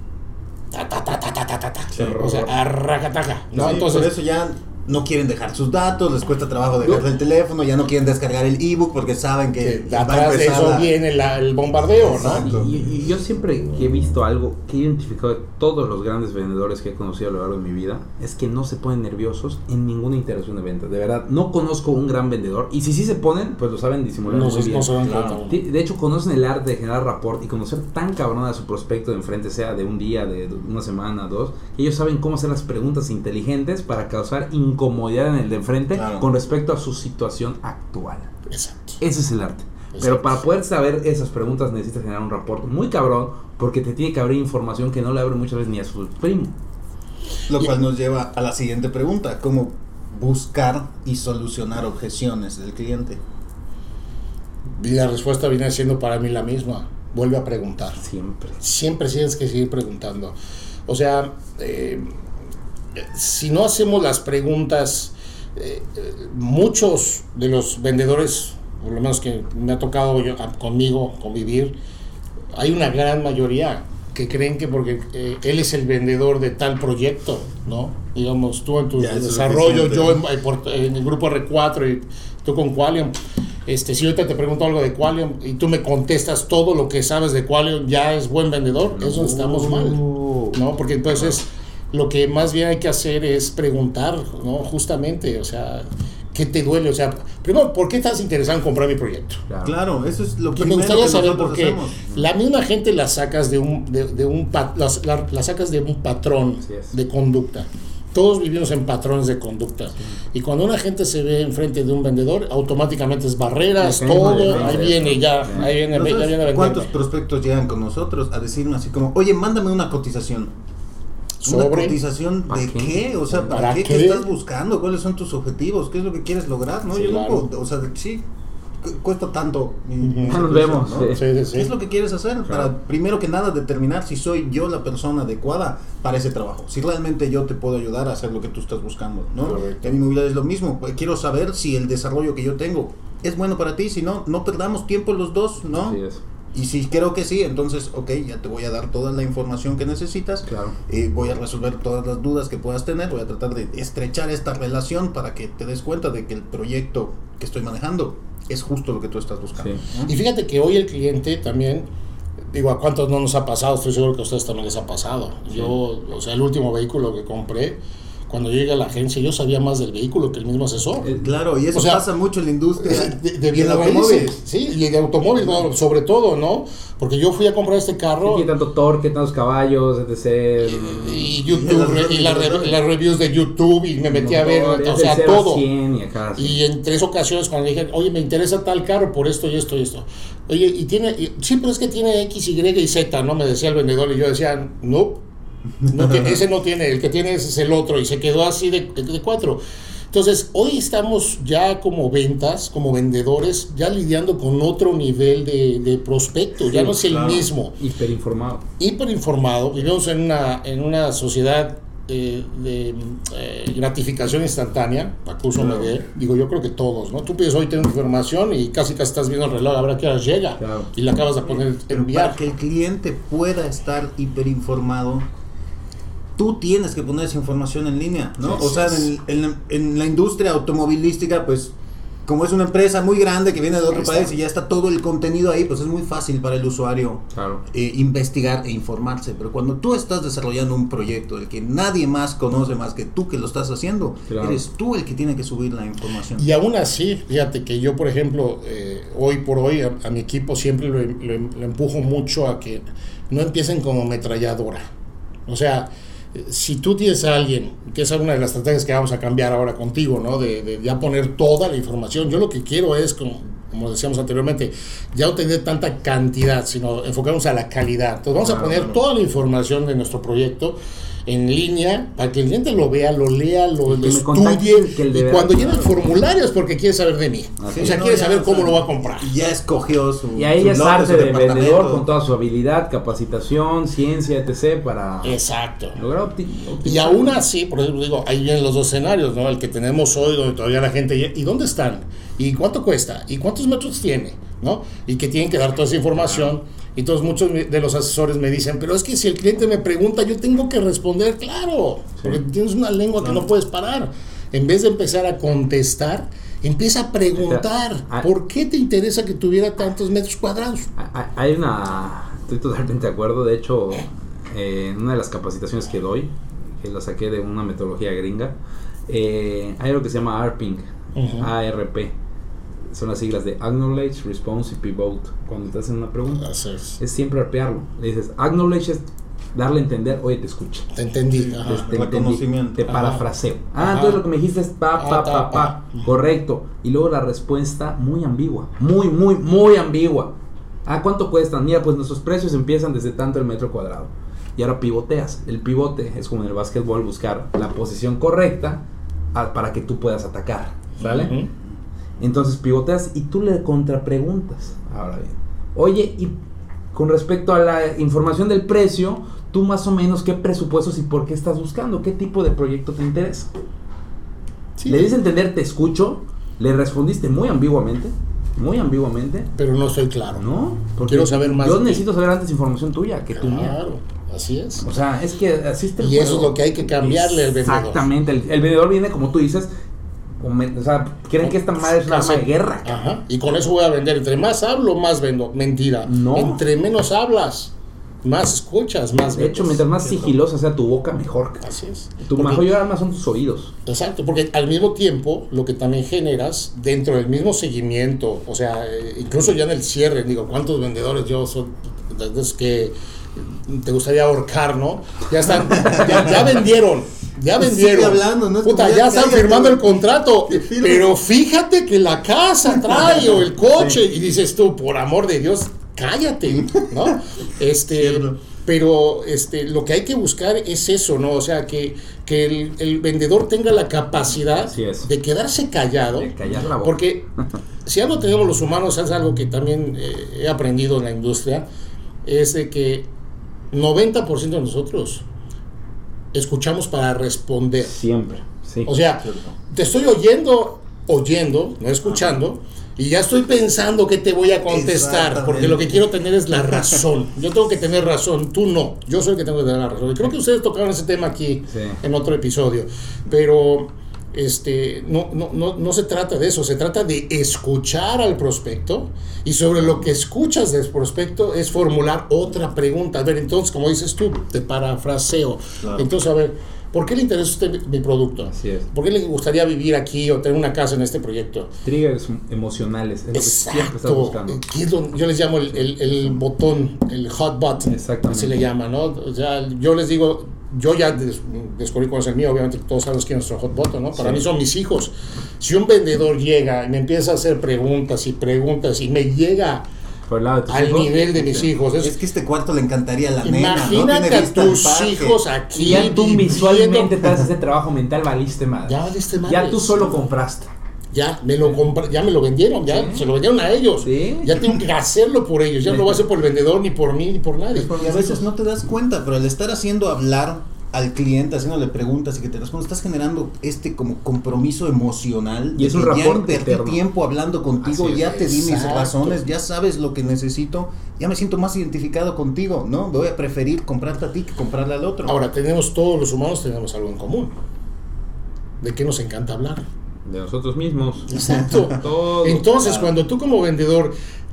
O sea, arracataca, ¿no? Sí, entonces, por eso ya no quieren dejar sus datos, les cuesta trabajo dejarle el teléfono, ya no quieren descargar el ebook porque saben que atrás de eso viene el bombardeo, ¿no? Y yo siempre que he visto algo que he identificado de todos los grandes vendedores que he conocido a lo largo de mi vida, es que no se ponen nerviosos en ninguna interacción de venta. De verdad, no conozco un gran vendedor, y si sí se ponen, pues lo saben disimular muy bien. Claro. De hecho, conocen el arte de generar rapport y conocer tan cabrón a su prospecto de enfrente, sea de un día, de una semana, 2, que ellos saben cómo hacer las preguntas inteligentes para causar incomodidad en el de enfrente con respecto a su situación actual. Exacto. Ese es el arte. Pero para poder saber esas preguntas necesitas generar un rapport muy cabrón, porque te tiene que abrir información que no le abre muchas veces ni a su primo. Lo cual nos lleva a la siguiente pregunta: ¿cómo buscar y solucionar objeciones del cliente? Y la respuesta viene siendo para mí la misma: vuelve a preguntar. Siempre tienes que seguir preguntando. O sea, si no hacemos las preguntas, muchos de los vendedores, por lo menos que me ha tocado conmigo convivir, hay una gran mayoría que creen que porque él es el vendedor de tal proyecto, ¿no? Digamos, tú en tu desarrollo, yo en el grupo R4 y tú con Qualium. Si ahorita te pregunto algo de Qualium y tú me contestas todo lo que sabes de Qualium, ¿ya es buen vendedor? Eso estamos mal, ¿no? Porque entonces lo que más bien hay que hacer es preguntar, ¿no? Justamente, o sea, ¿Qué te duele? O sea, primero, ¿por qué estás interesado en comprar mi proyecto? Claro, eso es lo que primero me gustaría que saber, porque hacemos. la misma gente la sacas de un patrón de conducta. Todos vivimos en patrones de conducta. Y cuando una gente se ve enfrente de un vendedor, automáticamente es barreras, todo, ahí viene ya, ahí viene a venderme. ¿Cuántos prospectos llegan con nosotros a decirnos así como, oye, mándame una cotización? ¿Una cotización de qué? O sea, ¿para qué? ¿Qué estás buscando? ¿Cuáles son tus objetivos? ¿Qué es lo que quieres lograr? ¿No? Sí, yo claro. no puedo, o sea, sí, cuesta tanto. Ya nos vemos. ¿no? Sí. ¿Qué es lo que quieres hacer? Claro. Para, primero que nada, determinar si soy yo la persona adecuada para ese trabajo. Si realmente yo te puedo ayudar a hacer lo que tú estás buscando, ¿no? Correcto. En inmobiliaria es lo mismo. Quiero saber si el desarrollo que yo tengo es bueno para ti. Si no, no perdamos tiempo los dos, ¿no? Así es. Y si creo que sí, entonces, ok, ya te voy a dar toda la información que necesitas. Claro. Voy a resolver todas las dudas que puedas tener. Voy a tratar de estrechar esta relación para que te des cuenta de que el proyecto que estoy manejando es justo lo que tú estás buscando. Sí. ¿no? Y fíjate que hoy el cliente también, digo, ¿a cuántos no nos ha pasado? Estoy seguro que a ustedes también les ha pasado. Sí. Yo, o sea, el último vehículo que compré, cuando llegué a la agencia, yo sabía más del vehículo que el mismo asesor. Claro, y eso pasa mucho en la industria. De bienes raíces, sí, y de automóvil, ¿no? Sobre todo, ¿no? Porque yo fui a comprar este carro. ¿Qué tanto torque, tantos caballos, etc. Y YouTube, y las reviews de YouTube, y me metí a ver, o sea, todo. Y en 3 ocasiones cuando dije, oye, me interesa tal carro por esto y esto y esto. Oye, y tiene, sí, pero es que tiene X, Y y Z, ¿no? Me decía el vendedor, y yo decía, no tiene, ese no tiene, el que tiene ese es el otro, y se quedó así de 4. Entonces, hoy estamos ya como ventas, como vendedores, ya lidiando con otro nivel de prospecto, ya no es el mismo. Hiperinformado. Vivimos en una sociedad de gratificación instantánea, Pacuso Meguer, digo, yo creo que todos, ¿no? Tú pides hoy tengo información y casi estás viendo el reloj, a ver a qué hora llega, y la acabas de poner enviar. Para que el cliente pueda estar hiperinformado, tú tienes que poner esa información en línea, ¿no? O sea, en la industria automovilística, pues, como es una empresa muy grande que viene de otro país y ya está todo el contenido ahí, pues es muy fácil para el usuario investigar e informarse. Pero cuando tú estás desarrollando un proyecto del que nadie más conoce más que tú que lo estás haciendo, eres tú el que tiene que subir la información. Y aún así, fíjate que yo, por ejemplo, hoy por hoy a mi equipo siempre lo empujo mucho a que no empiecen como ametralladora. O sea, si tú tienes a alguien, que es una de las estrategias que vamos a cambiar ahora contigo, ¿no? De ya poner toda la información. Yo lo que quiero es, como decíamos anteriormente, ya no tener tanta cantidad, sino enfocarnos a la calidad. Entonces vamos a poner toda la información de nuestro proyecto en línea para que el cliente lo vea, lo lea, lo estudie, y cuando llene el formulario es porque quiere saber de mí. O sea, quiere saber cómo lo va a comprar. Ya escogió su y ahí es arte de vendedor con toda su habilidad, capacitación, ciencia, etc. para lograr optimizar. Y aún así, por ejemplo, digo, ahí vienen los dos escenarios, ¿no? El que tenemos hoy, donde todavía la gente, ¿y dónde están? ¿Y cuánto cuesta? ¿Y cuántos metros tiene? ¿No? Y que tienen que dar toda esa información. Y todos muchos de los asesores me dicen, pero es que si el cliente me pregunta, yo tengo que responder, claro, porque tienes una lengua que no puedes parar. En vez de empezar a contestar, empieza a preguntar, ¿por qué te interesa que tuviera tantos metros cuadrados? Estoy totalmente de acuerdo. De hecho, en una de las capacitaciones que doy, que la saqué de una metodología gringa, hay algo que se llama ARPing, ARP. Son las siglas de Acknowledge, Response y Pivot. Cuando te hacen una pregunta, es siempre arpearlo. Le dices, Acknowledge es darle a entender, oye, te escucho. Te entendí. Te entendí, te parafraseo. Entonces lo que me dijiste es correcto. Y luego la respuesta muy ambigua. Muy ambigua. ¿Cuánto cuestan? Mira, pues nuestros precios empiezan desde tanto el metro cuadrado. Y ahora pivoteas. El pivote es como en el básquetbol, buscar la posición correcta para que tú puedas atacar. ¿Sale? Entonces pivoteas y tú le contrapreguntas. Ahora bien, oye, y con respecto a la información del precio, tú más o menos qué presupuestos y por qué estás buscando, qué tipo de proyecto te interesa. Le dices a entender, te escucho, le respondiste muy ambiguamente, pero no soy claro. No, porque quiero saber más. Yo necesito saber antes información tuya que tú mía. Claro, así es. O sea, es que así está el juego. Eso es lo que hay que cambiarle al vendedor. Exactamente, el vendedor viene, como tú dices, o sea, creen que esta madre es una arma de guerra. Y con eso voy a vender. Entre más hablo, más vendo. Mentira. No. Entre menos hablas, más escuchas, más... De hecho, mientras más sigilosa sea tu boca, mejor. Así es. Tu mayor arma son tus oídos. Exacto, porque al mismo tiempo, lo que también generas dentro del mismo seguimiento, o sea, incluso ya en el cierre, digo, ¿cuántos vendedores yo son? Es que te gustaría ahorcar, ¿no? Ya están, ya vendieron. Sigue hablando, ¿no? Puta, ya están firmando el contrato, pero fíjate que la casa trae o el coche, y dices tú, por amor de Dios, cállate, ¿no? Pero lo que hay que buscar es eso, ¿no? O sea, que el vendedor tenga la capacidad de quedarse callado, de callar la boca. Porque si algo tenemos los humanos, es algo que también he aprendido en la industria, es de que 90% de nosotros escuchamos para responder. Siempre, sí. O sea, te estoy oyendo, no escuchando, y ya estoy pensando que te voy a contestar, porque lo que quiero tener es la razón. Yo tengo que tener razón, tú no. Yo soy el que tengo que tener la razón. Y creo que ustedes tocaron ese tema aquí en otro episodio, pero no se trata de eso, se trata de escuchar al prospecto, y sobre lo que escuchas del prospecto es formular otra pregunta. A ver, entonces, como dices tú, te parafraseo. Claro. Entonces, a ver, ¿por qué le interesa a usted mi producto? Así es. ¿Por qué le gustaría vivir aquí o tener una casa en este proyecto? Triggers emocionales, es lo que siempre estás buscando. Yo les llamo el botón, el hot button. Exactamente. Así le llama, ¿no? O sea, yo les digo, yo ya descubrí cuál es el mío, obviamente todos sabemos quién es nuestro hot button, ¿no? Para mí son mis hijos. Si un vendedor llega y me empieza a hacer preguntas y me llega al nivel de mis hijos. Es que este cuarto le encantaría a la nena. Imagínate a tus hijos aquí. Y ya tú visualmente te haces ese trabajo mental, valiste madre. Ya valiste madre. Ya tú solo compraste. Ya me lo vendieron, se lo vendieron a ellos. ¿Sí? Ya tengo que hacerlo por ellos. Ya no lo voy a hacer por el vendedor, ni por mí, ni por nadie. Y a veces no te das cuenta, pero al estar haciendo hablar al cliente, haciéndole preguntas y que te responda, estás generando como compromiso emocional. Y es un rapport ya invertí tiempo hablando contigo, ya te di mis razones, ya sabes lo que necesito, ya me siento más identificado contigo, ¿no? Voy a preferir comprarte a ti que comprarle al otro. Ahora, todos los humanos tenemos algo en común. ¿De qué nos encanta hablar? De nosotros mismos. Exacto. Entonces, cuando tú como vendedor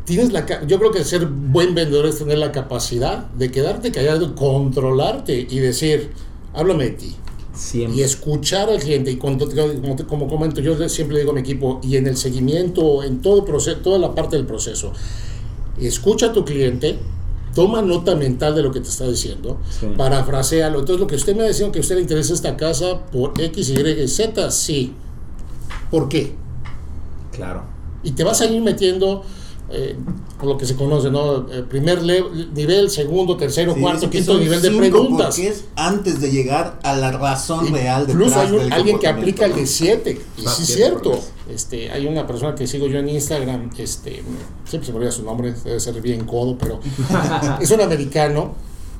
yo creo que ser buen vendedor es tener la capacidad de quedarte callado, controlarte y decir, háblame de ti. Siempre. Y escuchar al cliente. Y como comento, yo siempre digo a mi equipo, y en el seguimiento, en todo proceso, toda la parte del proceso, escucha a tu cliente, toma nota mental de lo que te está diciendo, parafrasealo. Entonces, lo que usted me ha dicho, que a usted le interesa esta casa por X, Y, Z, sí. ¿Por qué? Claro. Y te vas a ir metiendo por lo que se conoce, ¿no? Primer nivel, segundo, tercero, cuarto, quinto nivel de preguntas. Porque es antes de llegar a la razón real de incluso hay alguien que aplica el de 7. Y sí es cierto. Hay una persona que sigo yo en Instagram, siempre se me olvida su nombre, debe ser bien codo, pero es un americano.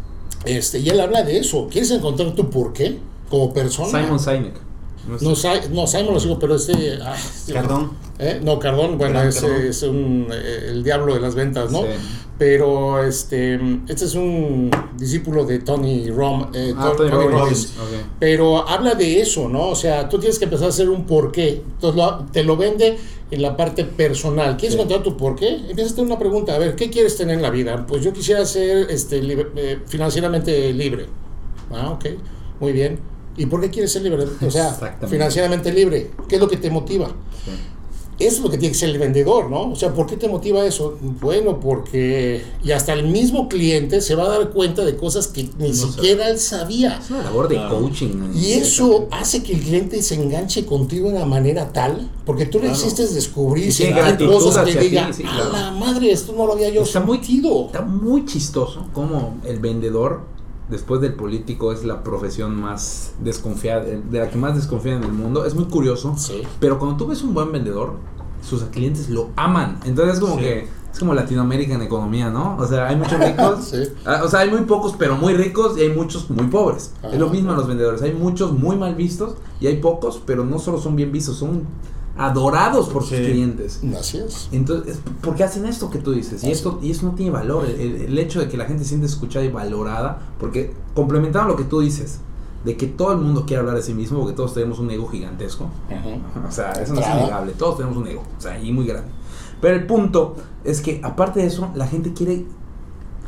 Y él habla de eso. ¿Quieres encontrar tu por qué como persona? Simon Sinek. No, Simon lo sigo, pero Cardón. No, Cardón, bueno, es el diablo de las ventas, ¿no? Sí. Pero este es un discípulo de Tony Robbins. Okay. Pero habla de eso, ¿no? O sea, tú tienes que empezar a hacer un porqué. Entonces te lo vende en la parte personal. ¿Quieres encontrar tu porqué? Empiezas a tener una pregunta. A ver, ¿qué quieres tener en la vida? Pues yo quisiera ser financieramente libre. Ok, muy bien. ¿Y por qué quieres ser libre? O sea, financieramente libre. ¿Qué es lo que te motiva? Sí. Eso es lo que tiene que ser el vendedor, ¿no? O sea, ¿por qué te motiva eso? Bueno, porque... Y hasta el mismo cliente se va a dar cuenta de cosas que ni siquiera él sabía. Es una labor de coaching. Y eso hace que el cliente se enganche contigo de una manera tal, porque tú le hiciste descubrir cosas que diga, a la madre, esto no lo había yo sentido. Está muy chistoso cómo el vendedor, después del político, es la profesión más desconfiada, de la que más desconfía en el mundo. Es muy curioso, pero cuando tú ves un buen vendedor, sus clientes lo aman. Entonces es como que es como Latinoamérica en economía, ¿no? O sea, hay muchos ricos, o sea, hay muy pocos pero muy ricos, y hay muchos muy pobres. Es lo mismo en los vendedores, hay muchos muy mal vistos y hay pocos, pero no solo son bien vistos, son adorados por sus clientes. Así es. Entonces, ¿por qué hacen esto que tú dices? Y esto no tiene valor. El hecho de que la gente se siente escuchada y valorada, porque complementando lo que tú dices, de que todo el mundo quiere hablar de sí mismo, porque todos tenemos un ego gigantesco. O sea, eso no es innegable. Todos tenemos un ego, o sea, y muy grande. Pero el punto es que, aparte de eso, la gente quiere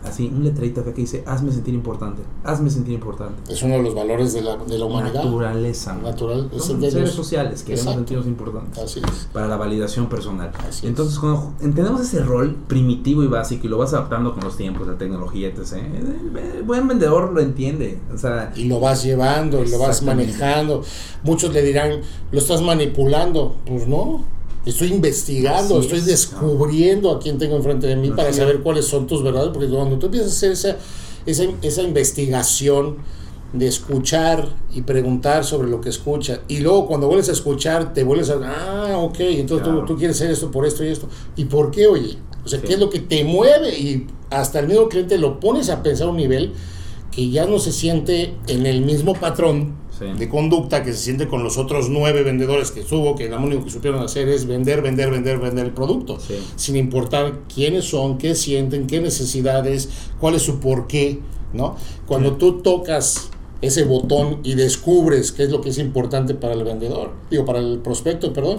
así un letrerito acá que dice, hazme sentir importante. Es uno de los valores de la humanidad. Naturaleza. Somos seres sociales, queremos sentirnos importantes. Así es. Para la validación personal. Así Entonces, cuando entendemos ese rol primitivo y básico y lo vas adaptando con los tiempos, la tecnología, etc., el buen vendedor lo entiende. O sea, y lo vas llevando, y lo vas manejando. Muchos le dirán, lo estás manipulando. Pues no. Estoy investigando, estoy descubriendo a quién tengo enfrente de mí para saber cuáles son tus verdades, porque cuando tú empiezas a hacer esa investigación de escuchar y preguntar sobre lo que escuchas, y luego cuando vuelves a escuchar, te vuelves a, ok, entonces tú quieres hacer esto por esto y esto, ¿y por qué, oye? O sea, ¿qué es lo que te mueve? Y hasta el mismo cliente lo pones a pensar a un nivel que ya no se siente en el mismo patrón de conducta que se siente con los otros 9 vendedores que estuvo, que lo único que supieron hacer es vender el producto, sin importar quiénes son, qué sienten, qué necesidades, cuál es su porqué, ¿no? Cuando tú tocas ese botón y descubres qué es lo que es importante para el vendedor, para el prospecto, perdón,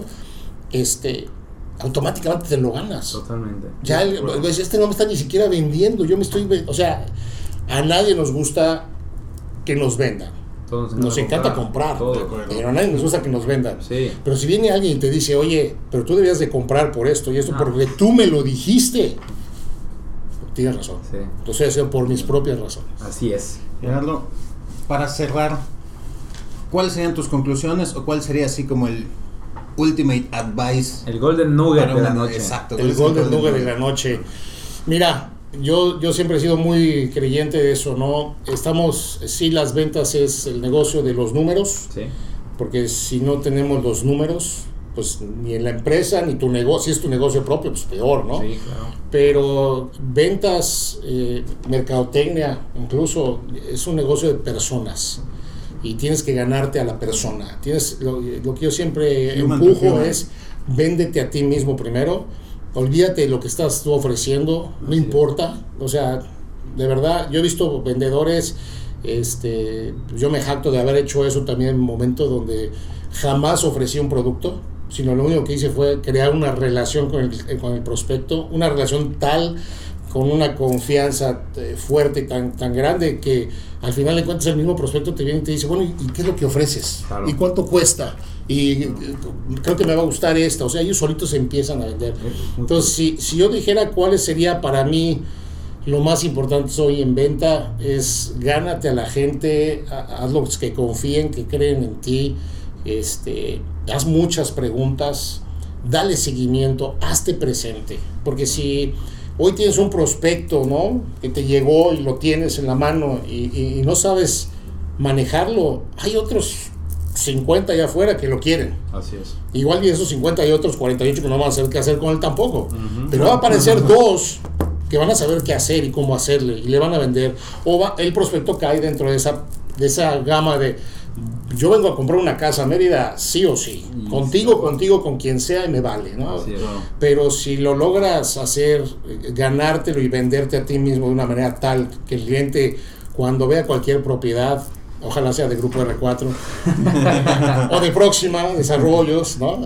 automáticamente te lo ganas. Totalmente. Ya no me está ni siquiera vendiendo, o sea, a nadie nos gusta que nos vendan. Nos encanta comprar, pero a nadie nos gusta que nos vendan. Pero si viene alguien y te dice, oye, pero tú debías de comprar por esto y esto porque tú me lo dijiste, tienes razón. Entonces, por mis propias razones. Así es. Gerardo, para cerrar, ¿cuáles serían tus conclusiones o cuál sería así como el ultimate advice? El golden nugget de la noche. Exacto. El golden nugget de la noche. Mira, yo siempre he sido muy creyente de eso, ¿no? Las ventas es el negocio de los números, porque si no tenemos los números, pues ni en la empresa, ni tu negocio, si es tu negocio propio, pues peor, ¿no? Sí, claro. Pero ventas, mercadotecnia, incluso, es un negocio de personas, y tienes que ganarte a la persona. Lo que yo siempre empujo es, véndete a ti mismo primero. Olvídate de lo que estás tú ofreciendo, no importa, o sea, de verdad, yo he visto vendedores, yo me jacto de haber hecho eso también en un momento donde jamás ofrecí un producto, sino lo único que hice fue crear una relación con el prospecto, una relación tal, con una confianza fuerte y tan grande que al final de cuentas el mismo prospecto te viene y te dice, bueno, ¿y qué es lo que ofreces? Claro. ¿Y cuánto cuesta? Y creo que me va a gustar esta. O sea, ellos solitos se empiezan a vender. Entonces, si yo dijera cuál sería para mí lo más importante hoy en venta, es gánate a la gente, hazlos que confíen, que creen en ti, haz muchas preguntas, dale seguimiento, hazte presente. Porque si hoy tienes un prospecto, ¿no?, que te llegó y lo tienes en la mano y no sabes manejarlo, hay otros 50 allá afuera que lo quieren. Así es. Igual y esos 50 hay otros 48 que no van a saber qué hacer con él tampoco. Pero va a aparecer 2 que van a saber qué hacer y cómo hacerle y le van a vender. El prospecto cae dentro de esa gama de yo vengo a comprar una casa a Mérida sí o sí. Contigo, con quien sea y me vale, ¿no? Así es. Pero si lo logras hacer, ganártelo y venderte a ti mismo de una manera tal que el cliente, cuando vea cualquier propiedad, ojalá sea de Grupo R4 o de Próxima Desarrollos, ¿no?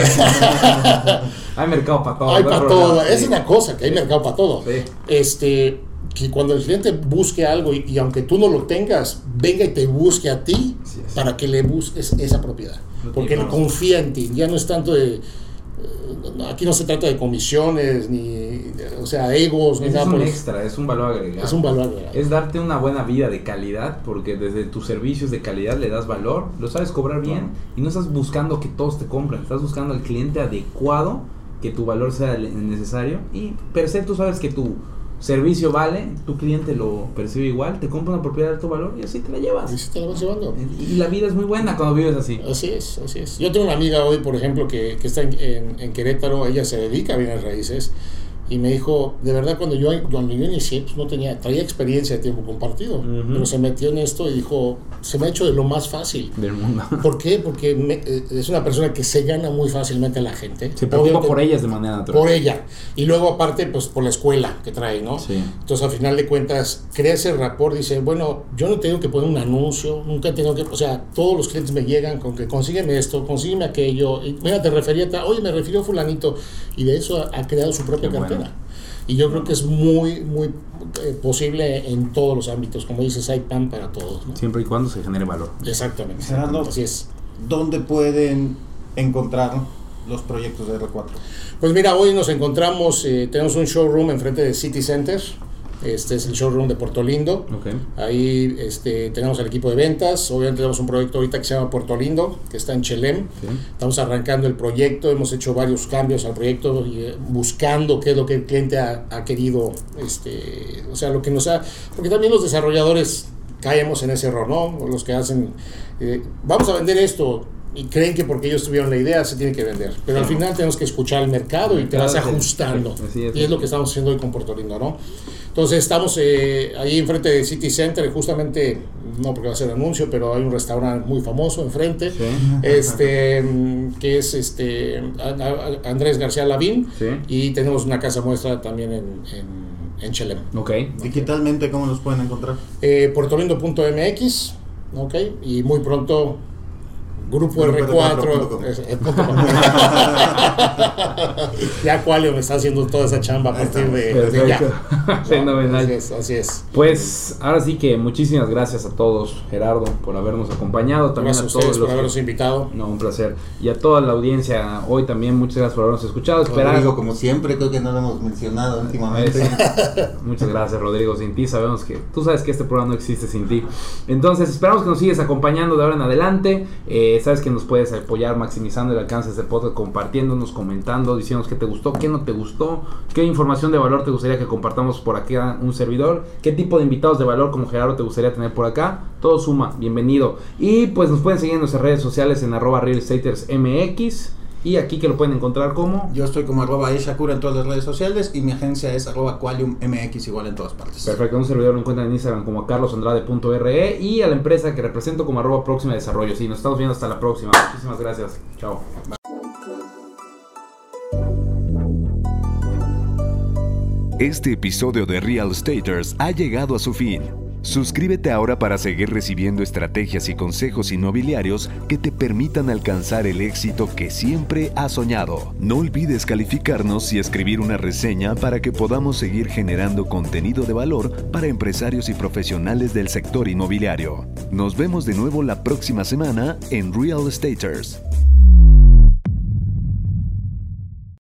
Hay mercado para todo. Hay para todo. Es una cosa que hay mercado para todo. Sí. Que cuando el cliente busque algo y aunque tú no lo tengas, venga y te busque a ti para que le busques esa propiedad. Porque él confía en ti. Ya no es tanto de... Aquí no se trata de comisiones, ni egos, ni nada. Es un extra, es un valor agregado. Es un valor agregado. Es darte una buena vida de calidad, porque desde tus servicios de calidad le das valor, lo sabes cobrar bien, y no estás buscando que todos te compren, estás buscando al cliente adecuado, que tu valor sea necesario, y per se tú sabes que tu servicio vale, tu cliente lo percibe igual, te compra una propiedad de alto valor y así te la llevas. Y así te la vas llevando. Y la vida es muy buena cuando vives así. Así es. Yo tengo una amiga hoy, por ejemplo, que está en Querétaro. Ella se dedica a bienes raíces y me dijo, de verdad, cuando yo inicié, pues traía experiencia de tiempo compartido, pero se metió en esto y dijo, se me ha hecho de lo más fácil del mundo. ¿Por qué? Porque es una persona que se gana muy fácilmente a la gente. Se preocupa por ellas de manera natural. Por ella. Y luego aparte, pues por la escuela que trae, ¿no? Sí. Entonces, al final de cuentas, crea ese rapport, dice, bueno, yo no tengo que poner un anuncio, nunca tengo que, todos los clientes me llegan con que consígueme esto, consígueme aquello, y mira, te refería, oye, me refirió fulanito, y de eso ha creado su propia cartera. Y yo creo que es muy, muy, posible en todos los ámbitos. Como dices, hay pan para todos, ¿no? Siempre y cuando se genere valor. Exactamente. Gerardo, así es. ¿Dónde pueden encontrar los proyectos de R4? Pues mira, hoy nos encontramos, tenemos un showroom enfrente de City Center. Este es el showroom de Puerto Lindo. Okay. Ahí tenemos el equipo de ventas. Obviamente tenemos un proyecto ahorita que se llama Puerto Lindo, que está en Chelem. Okay. Estamos arrancando el proyecto. Hemos hecho varios cambios al proyecto, buscando qué es lo que el cliente ha querido. O sea, lo que nos ha... Porque también los desarrolladores caemos en ese error, ¿no? Los que hacen... vamos a vender esto... Y creen que porque ellos tuvieron la idea se tiene que vender. Pero al final tenemos que escuchar el mercado y te vas ajustando. Y es lo que estamos haciendo hoy con Puerto Lindo, ¿no? Entonces estamos ahí enfrente de City Center, justamente, no porque va a ser anuncio, pero hay un restaurante muy famoso enfrente, que es Andrés García Lavín, y tenemos una casa muestra también en Chelem. Okay. Digitalmente, ¿cómo los pueden encontrar? Puertolindo.mx, y muy pronto... Grupo R4. Ya Qualio me está haciendo toda esa chamba a partir de ya. Fenomenal. Así es. Pues ahora sí que muchísimas gracias a todos, Gerardo, por habernos acompañado. También gracias a todos por habernos invitado. No, un placer. Y a toda la audiencia hoy también, muchas gracias por habernos escuchado. Rodrigo, como siempre, creo que no lo hemos mencionado últimamente. Muchas gracias, Rodrigo. Sin ti sabemos que tú sabes que este programa no existe sin ti. Entonces esperamos que nos sigues acompañando de ahora en adelante. Sabes que nos puedes apoyar maximizando el alcance de este podcast, compartiéndonos, comentando, diciéndonos qué te gustó, qué no te gustó, qué información de valor te gustaría que compartamos por acá un servidor, qué tipo de invitados de valor como Gerardo te gustaría tener por acá. Todo suma, bienvenido. Y pues nos pueden seguir en nuestras redes sociales en @realestatersmx. Y aquí que lo pueden encontrar como... Yo estoy como @Shakura en todas las redes sociales y mi agencia es @QualiumMX igual en todas partes. Perfecto, un servidor lo encuentran en Instagram como carlosandrade.re y a la empresa que represento como @Próxima Desarrollo. Sí, nos estamos viendo hasta la próxima. Muchísimas gracias. Chao. Este episodio de Real Estaters ha llegado a su fin. Suscríbete ahora para seguir recibiendo estrategias y consejos inmobiliarios que te permitan alcanzar el éxito que siempre has soñado. No olvides calificarnos y escribir una reseña para que podamos seguir generando contenido de valor para empresarios y profesionales del sector inmobiliario. Nos vemos de nuevo la próxima semana en Real Estaters.